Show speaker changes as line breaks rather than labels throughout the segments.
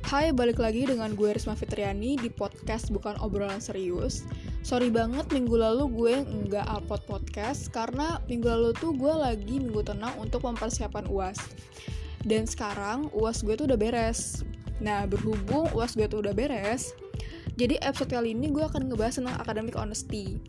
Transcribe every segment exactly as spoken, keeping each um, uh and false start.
Hai, balik lagi dengan gue Risma Fitriani di podcast Bukan Obrolan Serius. Sorry banget minggu lalu gue nggak upload podcast karena minggu lalu tuh gue lagi minggu tenang untuk mempersiapkan U A S. Dan sekarang U A S gue tuh udah beres. Nah, berhubung U A S gue tuh udah beres, jadi episode kali ini gue akan ngebahas tentang academic honesty.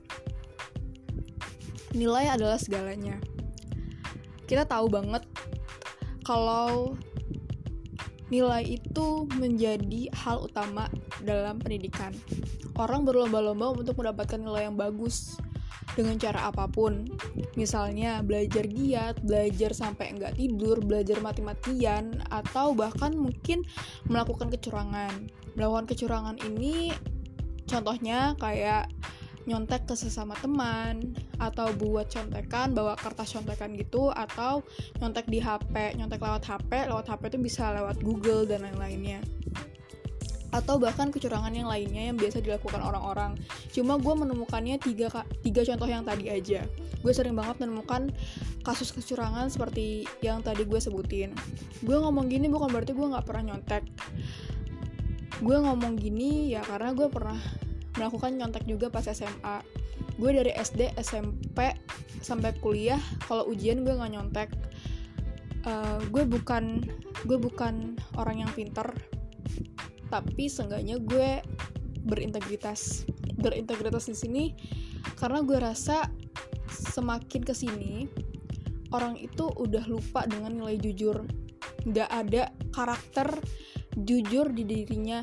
Nilai adalah segalanya. Kita tahu banget kalau nilai itu menjadi hal utama dalam pendidikan. Orang berlomba-lomba untuk mendapatkan nilai yang bagus dengan cara apapun. Misalnya belajar giat, belajar sampai enggak tidur, belajar mati-matian, atau bahkan mungkin melakukan kecurangan. Melakukan kecurangan ini contohnya kayak nyontek ke sesama teman, atau buat contekan, bawa kertas contekan gitu, atau nyontek di H P, nyontek lewat H P, lewat H P itu bisa lewat Google dan lain-lainnya. Atau bahkan kecurangan yang lainnya yang biasa dilakukan orang-orang. Cuma gue menemukannya tiga, tiga contoh yang tadi aja. Gue sering banget menemukan kasus kecurangan seperti yang tadi gue sebutin. Gue ngomong gini bukan berarti gue gak pernah nyontek. Gue ngomong gini ya karena gue pernah melakukan nyontek juga pas S M A. Gue dari S D, S M P sampai kuliah kalau ujian gue nggak nyontek. Uh, gue bukan gue bukan orang yang pinter, tapi seenggaknya gue berintegritas. Berintegritas di sini karena gue rasa semakin kesini orang itu udah lupa dengan nilai jujur. Nggak ada karakter jujur di dirinya.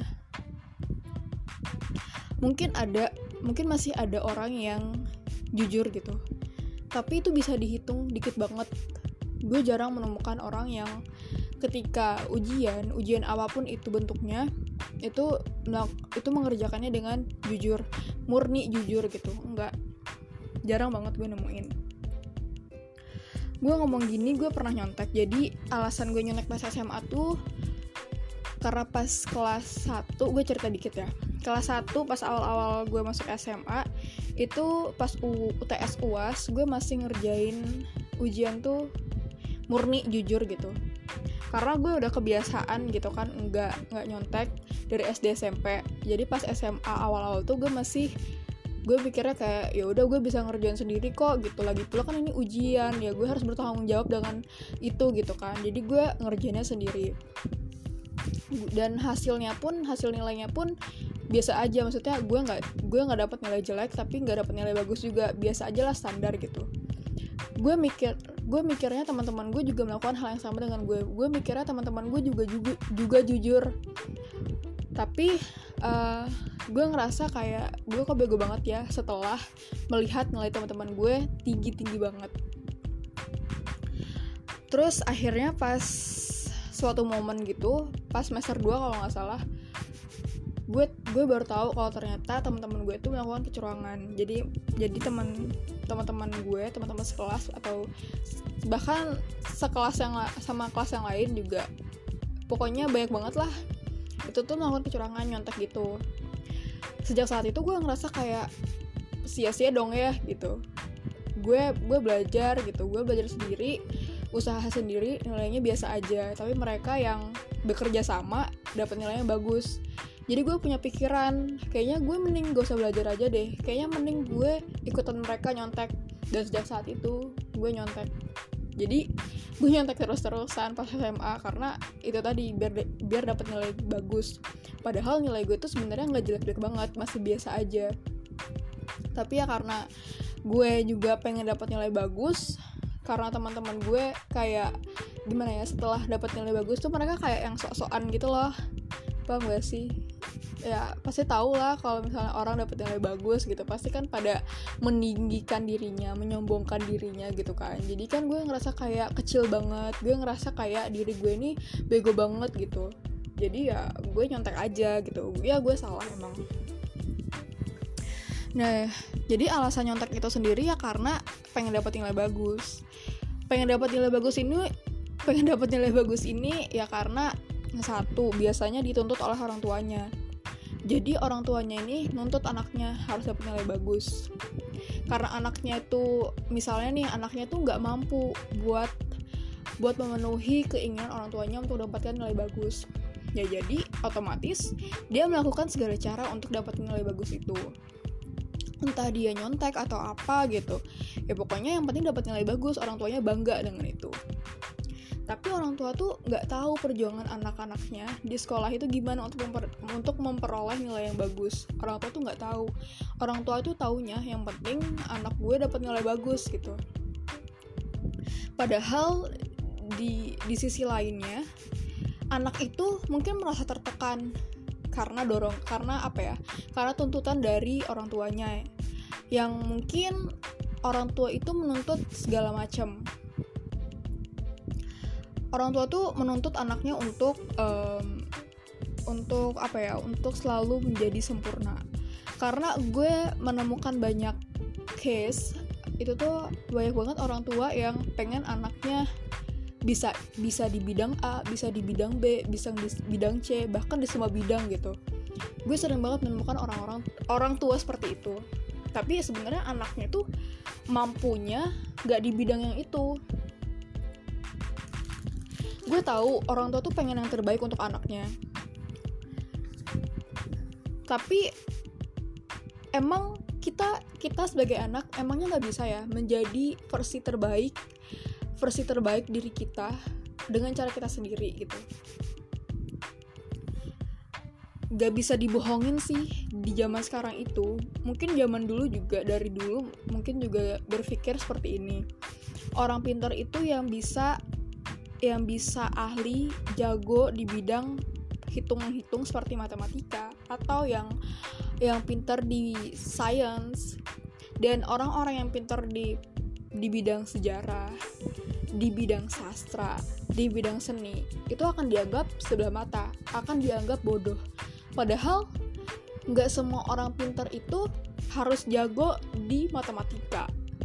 Mungkin ada, mungkin masih ada orang yang jujur gitu, tapi itu bisa dihitung dikit banget. Gue jarang menemukan orang yang ketika ujian, ujian apapun itu bentuknya, itu itu mengerjakannya dengan jujur, murni jujur gitu. Enggak, jarang banget gue nemuin. Gue ngomong gini, gue pernah nyontek. Jadi alasan gue nyontek pas S M A tuh karena pas kelas satu, gue cerita dikit ya. Kelas satu pas awal-awal gue masuk S M A, itu pas U T S U A S, gue masih ngerjain ujian tuh murni jujur gitu. Karena gue udah kebiasaan gitu kan, enggak enggak nyontek dari S D S M P. Jadi pas S M A awal-awal tuh gue masih gue pikirnya kayak ya udah gue bisa ngerjain sendiri kok gitu. Lagi pula kan ini ujian, ya gue harus bertanggung jawab dengan itu gitu kan. Jadi gue ngerjainnya sendiri. Dan hasilnya pun, hasil nilainya pun biasa aja. Maksudnya gue nggak gue nggak dapat nilai jelek tapi nggak dapat nilai bagus juga, biasa aja lah, standar gitu. Gue mikir gue mikirnya teman-teman gue juga melakukan hal yang sama dengan gue. Gue mikirnya teman-teman gue juga juga juga jujur. Tapi uh, gue ngerasa kayak gue kok bego banget ya setelah melihat nilai teman-teman gue tinggi-tinggi banget. Terus akhirnya pas suatu momen gitu, pas semester dua kalau nggak salah, gue gue baru tahu kalau ternyata teman-teman gue itu melakukan kecurangan. Jadi jadi teman teman-teman gue, teman-teman sekelas atau bahkan sekelas yang sama kelas yang lain juga, pokoknya banyak banget lah, itu tuh melakukan kecurangan, nyontek gitu. Sejak saat itu gue ngerasa kayak sia-sia dong ya gitu. Gue gue belajar gitu, gue belajar sendiri, usaha sendiri, nilainya biasa aja. Tapi mereka yang bekerja sama dapat nilainya bagus. Jadi gue punya pikiran, kayaknya gue mending gak usah belajar aja deh. Kayaknya mending gue ikutan mereka nyontek. Dan sejak saat itu gue nyontek. Jadi gue nyontek terus-terusan pas S M A karena itu tadi biar de- biar dapat nilai bagus. Padahal nilai gue tuh sebenarnya nggak jelek-jelek banget, masih biasa aja. Tapi ya karena gue juga pengen dapat nilai bagus, karena teman-teman gue kayak gimana ya, setelah dapat nilai bagus tuh mereka kayak yang sok-sokan gitu loh. Paham gak sih? Ya pasti tahu lah kalau misalnya orang dapat nilai bagus gitu, pasti kan pada meninggikan dirinya, menyombongkan dirinya gitu kan. Jadi kan gue ngerasa kayak kecil banget, gue ngerasa kayak diri gue ini bego banget gitu. Jadi ya gue nyontek aja gitu. Ya gue salah emang. Nah, jadi alasan nyontek itu sendiri ya karena pengen dapat nilai bagus. Pengen dapat nilai bagus ini, pengen dapat nilai bagus ini ya karena satu, biasanya dituntut oleh orang tuanya. Jadi orang tuanya ini nuntut anaknya harus dapat nilai bagus. Karena anaknya itu, misalnya nih, anaknya tuh nggak mampu buat buat memenuhi keinginan orang tuanya untuk mendapatkan nilai bagus. Ya jadi otomatis dia melakukan segala cara untuk dapat nilai bagus itu. Entah dia nyontek atau apa gitu. Ya pokoknya yang penting dapat nilai bagus, orang tuanya bangga dengan itu. Tapi orang tua tuh nggak tahu perjuangan anak-anaknya di sekolah itu gimana untuk memper, untuk memperoleh nilai yang bagus. Orang tua tuh nggak tahu. Orang tua tuh taunya yang penting anak gue dapat nilai bagus gitu. Padahal di di sisi lainnya anak itu mungkin merasa tertekan karena dorong karena apa ya? Karena tuntutan dari orang tuanya yang mungkin orang tua itu menuntut segala macam. Orang tua tuh menuntut anaknya untuk um, untuk apa ya? Untuk selalu menjadi sempurna. Karena gue menemukan banyak case itu tuh banyak banget orang tua yang pengen anaknya bisa bisa di bidang A, bisa di bidang B, bisa di bidang C, bahkan di semua bidang gitu. Gue sering banget menemukan orang-orang orang tua seperti itu. Tapi sebenarnya anaknya tuh mampunya nggak di bidang yang itu. Gue tahu orang tua tuh pengen yang terbaik untuk anaknya. Tapi emang kita kita sebagai anak emangnya nggak bisa ya menjadi versi terbaik versi terbaik diri kita dengan cara kita sendiri gitu. Gak bisa dibohongin sih di zaman sekarang itu. Mungkin zaman dulu juga, dari dulu mungkin juga berpikir seperti ini. Orang pintar itu yang bisa yang bisa ahli, jago di bidang hitung-hitung seperti matematika, atau yang yang pintar di science, dan orang-orang yang pintar di di bidang sejarah, di bidang sastra, di bidang seni, itu akan dianggap sebelah mata, akan dianggap bodoh. Padahal nggak semua orang pintar itu harus jago di matematika.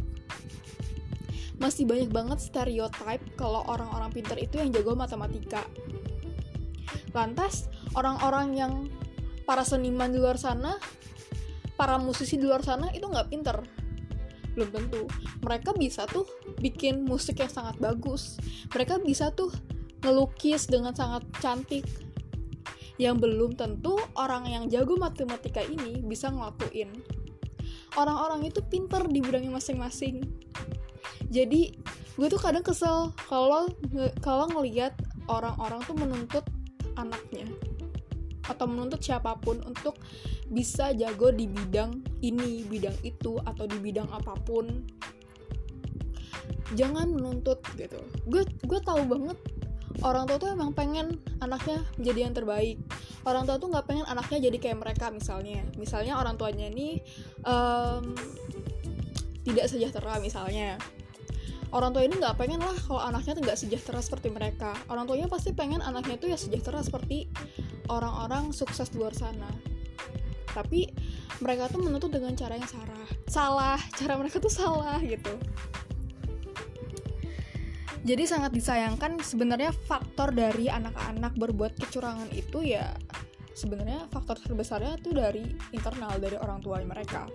Masih banyak banget stereotype kalau orang-orang pintar itu yang jago matematika. Lantas orang-orang yang para seniman di luar sana, para musisi di luar sana itu nggak pintar. Belum tentu. Mereka bisa tuh bikin musik yang sangat bagus. Mereka bisa tuh ngelukis dengan sangat cantik. Yang belum tentu orang yang jago matematika ini bisa ngelakuin. Orang-orang itu pintar di bidangnya masing-masing. Jadi gue tuh kadang kesel kalau kalau ngelihat orang-orang tuh menuntut anaknya atau menuntut siapapun untuk bisa jago di bidang ini, bidang itu, atau di bidang apapun. Jangan menuntut gitu. Gue gue tahu banget orang tua tuh emang pengen anaknya menjadi yang terbaik. Orang tua tuh nggak pengen anaknya jadi kayak mereka misalnya. Misalnya orang tuanya ini um, tidak sejahtera misalnya. Orang tua ini nggak pengen lah kalau anaknya tuh nggak sejahtera seperti mereka. Orang tuanya pasti pengen anaknya tuh ya sejahtera seperti orang-orang sukses di luar sana. Tapi mereka tuh menuntut dengan cara yang salah. Salah, cara mereka tuh salah gitu. Jadi sangat disayangkan sebenarnya faktor dari anak-anak berbuat kecurangan itu ya sebenarnya faktor terbesarnya tuh dari internal, dari orang tua mereka.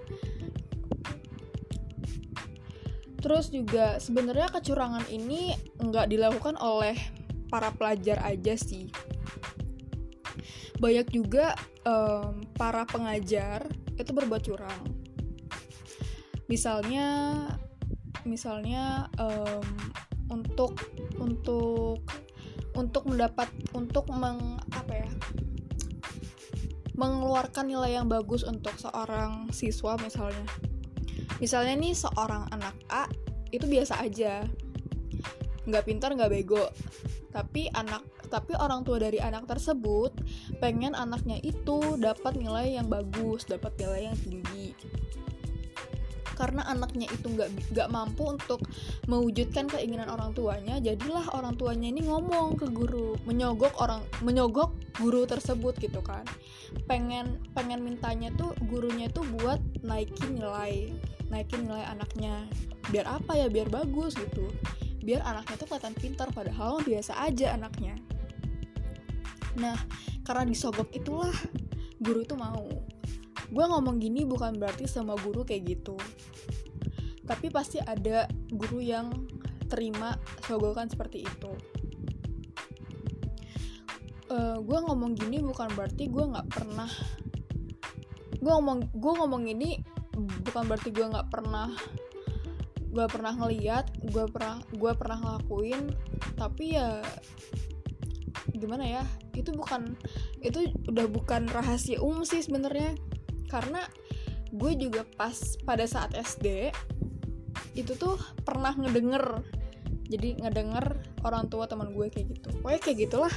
Terus juga sebenarnya kecurangan ini nggak dilakukan oleh para pelajar aja sih. Banyak juga um, para pengajar itu berbuat curang. Misalnya, misalnya um, untuk untuk untuk mendapat untuk meng apa ya mengeluarkan nilai yang bagus untuk seorang siswa misalnya. Misalnya nih seorang anak A itu biasa aja, nggak pintar nggak bego, tapi anak tapi orang tua dari anak tersebut pengen anaknya itu dapat nilai yang bagus, dapat nilai yang tinggi. Karena anaknya itu nggak nggak mampu untuk mewujudkan keinginan orang tuanya, jadilah orang tuanya ini ngomong ke guru, menyogok orang menyogok guru tersebut gitu kan. Pengen pengen mintanya tuh gurunya tuh buat naikin nilai. naikin nilai anaknya, biar apa ya, biar bagus gitu, biar anaknya tuh kelihatan pintar padahal biasa aja anaknya. Nah, karena disogok itulah guru tuh mau. Gue ngomong gini bukan berarti semua guru kayak gitu, tapi pasti ada guru yang terima sogokan seperti itu. uh, gue ngomong gini bukan berarti gue nggak pernah gue ngomong gue ngomong ini bukan berarti gue nggak pernah gue pernah ngeliat gue pernah gue pernah ngelakuin, tapi ya gimana ya, itu bukan itu udah bukan rahasia umum sih sebenarnya, karena gue juga pas pada saat S D itu tuh pernah ngedenger jadi ngedenger orang tua teman gue kayak gitu, pokoknya kayak gitulah.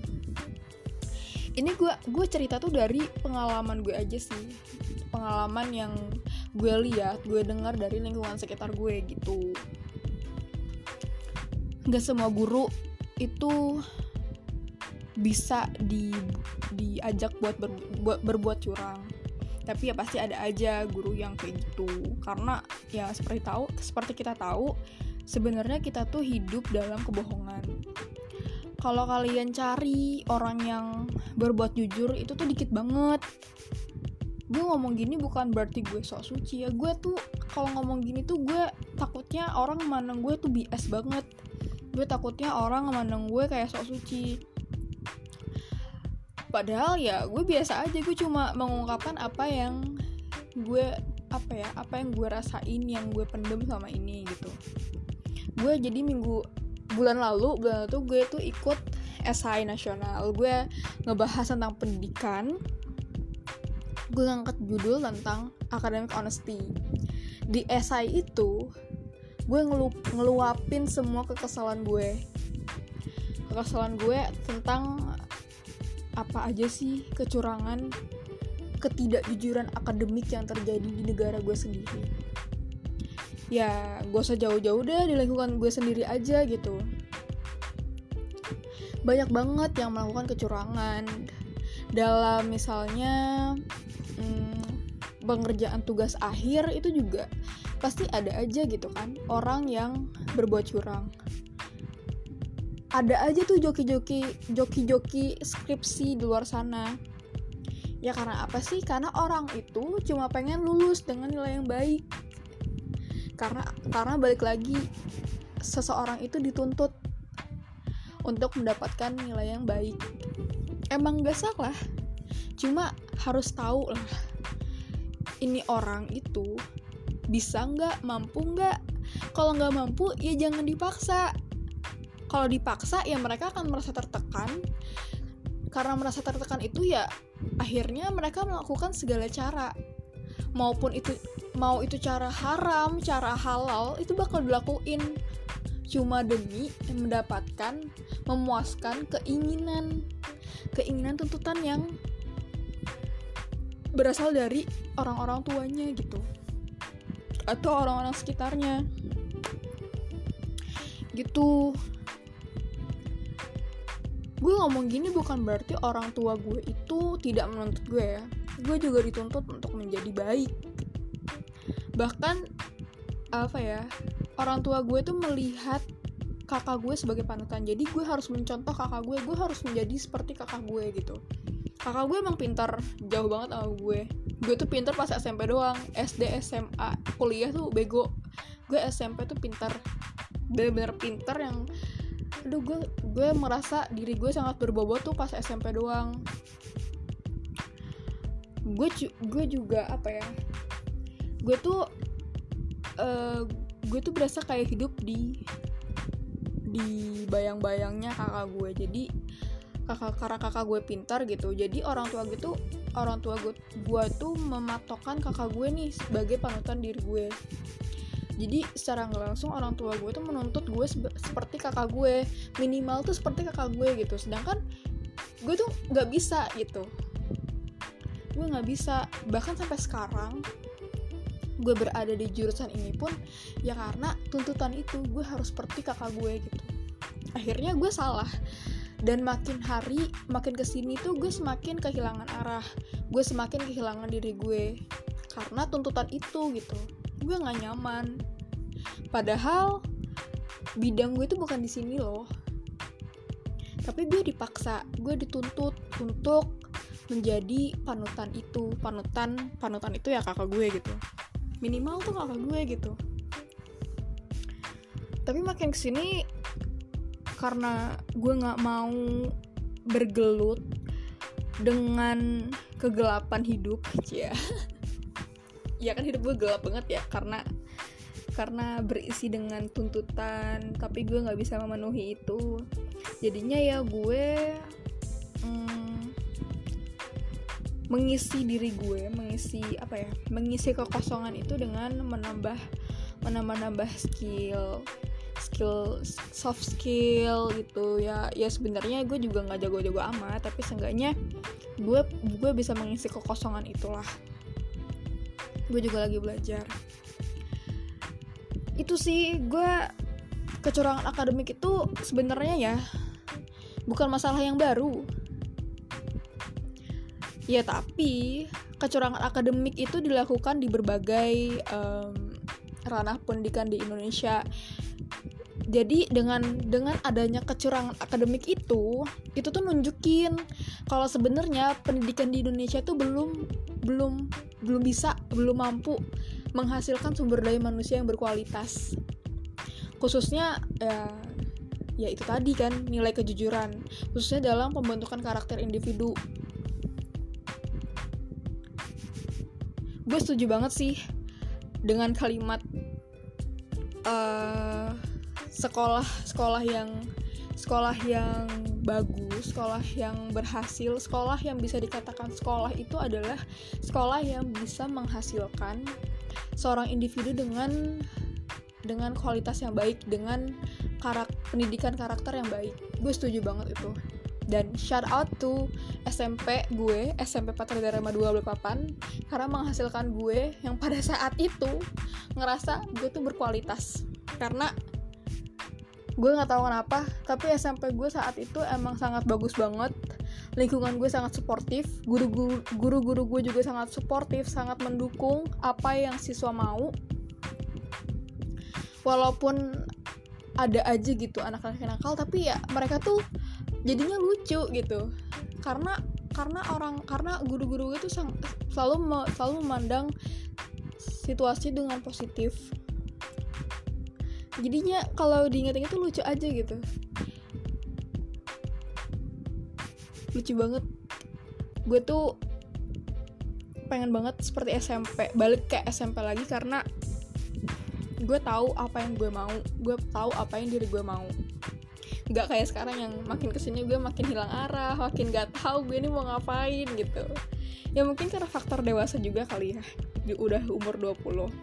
Ini gue gue cerita tuh dari pengalaman gue aja sih, pengalaman yang gue lihat, gue dengar dari lingkungan sekitar gue gitu. Nggak semua guru itu bisa di diajak buat ber, buat berbuat curang, tapi ya pasti ada aja guru yang kayak gitu, karena ya seperti tahu seperti kita tahu sebenarnya kita tuh hidup dalam kebohongan. Kalau kalian cari orang yang berbuat jujur itu tuh dikit banget. Gue ngomong gini bukan berarti gue sok suci ya, gue tuh kalau ngomong gini tuh gue takutnya orang memandang gue tuh B S banget, gue takutnya orang memandang gue kayak sok suci. Padahal ya gue biasa aja, gue cuma mengungkapkan apa yang gue apa ya apa yang gue rasain, yang gue pendem selama ini gitu. Gue jadi minggu bulan lalu bulan lalu tuh gue tuh ikut esai nasional, gue ngebahas tentang pendidikan, gue ngangkat judul tentang academic honesty. Di esai itu gue ngelu- ngeluapin semua kekesalan gue kekesalan gue tentang apa aja sih kecurangan, ketidakjujuran akademik yang terjadi di negara gue sendiri. Ya gak usah jauh-jauh deh, di lingkungan gue sendiri aja gitu. Banyak banget yang melakukan kecurangan dalam misalnya hmm, pengerjaan tugas akhir, itu juga pasti ada aja gitu kan orang yang berbuat curang. Ada aja tuh joki-joki joki-joki skripsi di luar sana. Ya karena apa sih? Karena orang itu cuma pengen lulus dengan nilai yang baik. Karena karena balik lagi, seseorang itu dituntut untuk mendapatkan nilai yang baik. Emang gak salah, cuma harus tahu lah, ini orang itu bisa nggak, mampu nggak. Kalau nggak mampu ya jangan dipaksa. Kalau dipaksa ya mereka akan merasa tertekan. Karena merasa tertekan itu ya akhirnya mereka melakukan segala cara, maupun itu mau itu cara haram, cara halal, itu bakal dilakuin cuma demi mendapatkan, memuaskan keinginan keinginan tuntutan yang berasal dari orang-orang tuanya gitu, atau orang-orang sekitarnya gitu. Gue ngomong gini bukan berarti orang tua gue itu tidak menuntut gue ya. Gue juga dituntut untuk menjadi baik. Bahkan apa ya, orang tua gue tuh melihat kakak gue sebagai panutan. Jadi gue harus mencontoh kakak gue, gue harus menjadi seperti kakak gue gitu. Kakak gue emang pintar, jauh banget sama gue. Gue tuh pintar pas S M P doang. S D, S M A, kuliah tuh bego. Gue S M P tuh pintar, bener-bener pintar yang aduh gue gue merasa diri gue sangat berbobot tuh pas S M P doang. Gue gue juga apa ya? Gue tuh uh, gue tuh berasa kayak hidup di di bayang-bayangnya kakak gue. Jadi kakak karena kakak gue pintar gitu. Jadi orang tua gue tuh orang tua gue gue tuh mematokkan kakak gue nih sebagai panutan diri gue. Jadi secara nggak langsung orang tua gue tuh menuntut gue sebe- seperti kakak gue, minimal tuh seperti kakak gue gitu. Sedangkan gue tuh nggak bisa gitu, gue nggak bisa. Bahkan sampai sekarang gue berada di jurusan ini pun ya karena tuntutan itu, gue harus seperti kakak gue gitu. Akhirnya gue salah, dan makin hari makin kesini tuh gue semakin kehilangan arah, gue semakin kehilangan diri gue karena tuntutan itu gitu. Gue nggak nyaman, padahal bidang gue itu bukan di sini loh, tapi gue dipaksa, gue dituntut untuk menjadi panutan itu, panutan panutan itu ya kakak gue gitu, minimal tuh kakak gue gitu. Tapi makin kesini karena gue nggak mau bergelut dengan kegelapan hidup ya. Ya kan hidup gue gelap banget ya, karena karena berisi dengan tuntutan, tapi gue nggak bisa memenuhi itu. Jadinya ya gue mm, mengisi diri gue, mengisi apa ya, mengisi kekosongan itu dengan menambah menambah-nambah skill, skill soft skill gitu ya. Ya sebenarnya gue juga nggak jago-jago amat, tapi seenggaknya gue gue bisa mengisi kekosongan itulah. Gue juga lagi belajar. Itu sih, gue kecurangan akademik itu sebenarnya ya bukan masalah yang baru. Ya tapi kecurangan akademik itu dilakukan di berbagai um, ranah pendidikan di Indonesia. Jadi dengan dengan adanya kecurangan akademik itu, itu tuh nunjukin kalau sebenarnya pendidikan di Indonesia tuh belum belum belum bisa, belum mampu menghasilkan sumber daya manusia yang berkualitas. Khususnya ya, ya itu tadi kan, nilai kejujuran, khususnya dalam pembentukan karakter individu. Gue setuju banget sih dengan kalimat uh, sekolah sekolah yang sekolah yang bagus, sekolah yang berhasil, sekolah yang bisa dikatakan sekolah itu adalah sekolah yang bisa menghasilkan seorang individu dengan dengan kualitas yang baik, dengan karak, pendidikan karakter yang baik. Gue setuju banget itu. Dan shout out to S M P gue, S M P Patra Dharma dua Balikpapan, karena menghasilkan gue yang pada saat itu ngerasa gue tuh berkualitas. Karena gue nggak tahu kenapa, tapi S M P gue saat itu emang sangat bagus banget. Lingkungan gue sangat suportif, guru-guru guru-guru gue juga sangat suportif, sangat mendukung apa yang siswa mau. Walaupun ada aja gitu anak-anak yang nakal, tapi ya mereka tuh jadinya lucu gitu. Karena karena orang karena guru-guru gue tuh sang, selalu selalu memandang situasi dengan positif. Jadinya kalau diingat-ingat tuh lucu aja gitu. Lucu banget. Gue tuh pengen banget seperti S M P, balik ke S M P lagi, karena gue tahu apa yang gue mau, gue tahu apa yang diri gue mau. Gak kayak sekarang yang makin kesini gue makin hilang arah, makin gak tahu gue ini mau ngapain gitu. Ya mungkin karena faktor dewasa juga kali ya, udah umur dua puluh.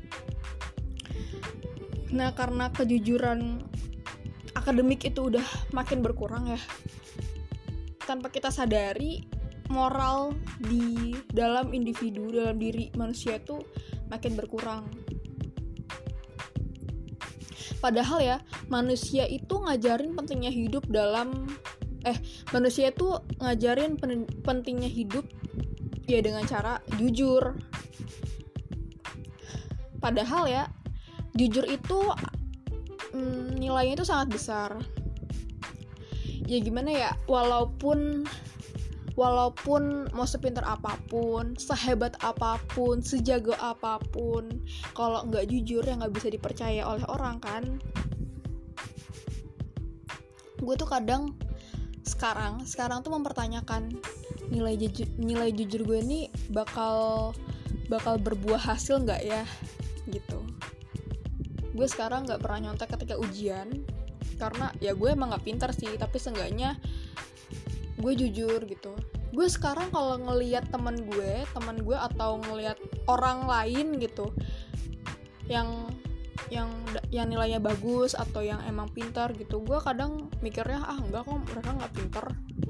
Nah karena kejujuran akademik itu udah makin berkurang ya, tanpa kita sadari moral di dalam individu, dalam diri manusia itu makin berkurang. Padahal ya, manusia itu ngajarin pentingnya hidup dalam eh manusia itu ngajarin pen, pentingnya hidup ya dengan cara jujur. Padahal ya, jujur itu mm, nilainya itu sangat besar. Ya gimana ya, walaupun walaupun mau sepintar apapun, sehebat apapun, sejago apapun, kalau nggak jujur ya nggak bisa dipercaya oleh orang kan. Gue tuh kadang sekarang sekarang tuh mempertanyakan nilai jujur nilai jujur gue ini bakal bakal berbuah hasil nggak ya gitu. Gue sekarang nggak pernah nyontek ketika ujian, karena ya gue emang nggak pintar sih, tapi seenggaknya gue jujur gitu. Gue sekarang kalau ngelihat teman gue, teman gue atau ngelihat orang lain gitu, yang yang yang nilainya bagus atau yang emang pintar gitu, gue kadang mikirnya ah enggak kok, mereka nggak pintar,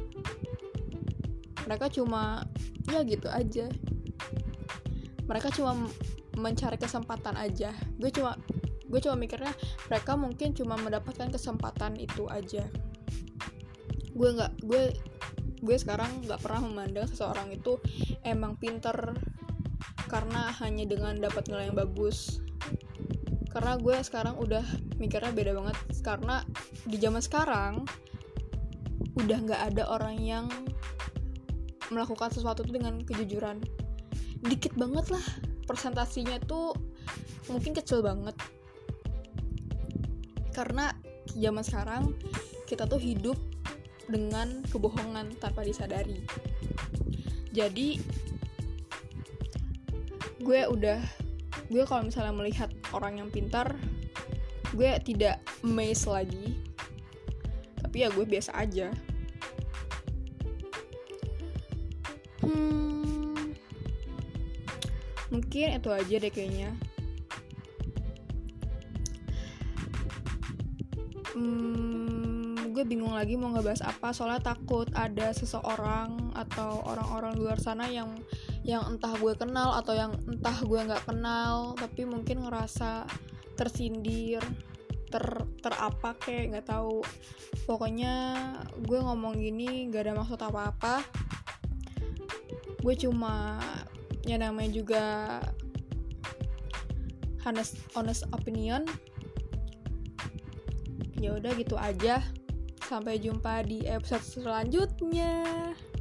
mereka cuma ya gitu aja, mereka cuma mencari kesempatan aja. Gue cuma gue cuma mikirnya mereka mungkin cuma mendapatkan kesempatan itu aja. Gue nggak gue gue sekarang nggak pernah memandang seseorang itu emang pinter karena hanya dengan dapat nilai yang bagus. Karena gue sekarang udah mikirnya beda banget, karena di zaman sekarang udah nggak ada orang yang melakukan sesuatu itu dengan kejujuran. Dikit banget lah, persentasinya tuh mungkin kecil banget. Karena zaman sekarang kita tuh hidup dengan kebohongan tanpa disadari. Jadi gue udah gue kalau misalnya melihat orang yang pintar, gue tidak amazed lagi, tapi ya gue biasa aja. Hmm, mungkin itu aja deh kayaknya. Hmm, gue bingung lagi mau ngebahas apa, soalnya takut ada seseorang atau orang-orang luar sana yang yang entah gue kenal atau yang entah gue nggak kenal, tapi mungkin ngerasa tersindir, ter terapa kayak nggak tahu. Pokoknya gue ngomong gini gak ada maksud apa-apa. Gue cuma ya namanya juga honest honest opinion. Ya udah gitu aja. Sampai jumpa di episode selanjutnya.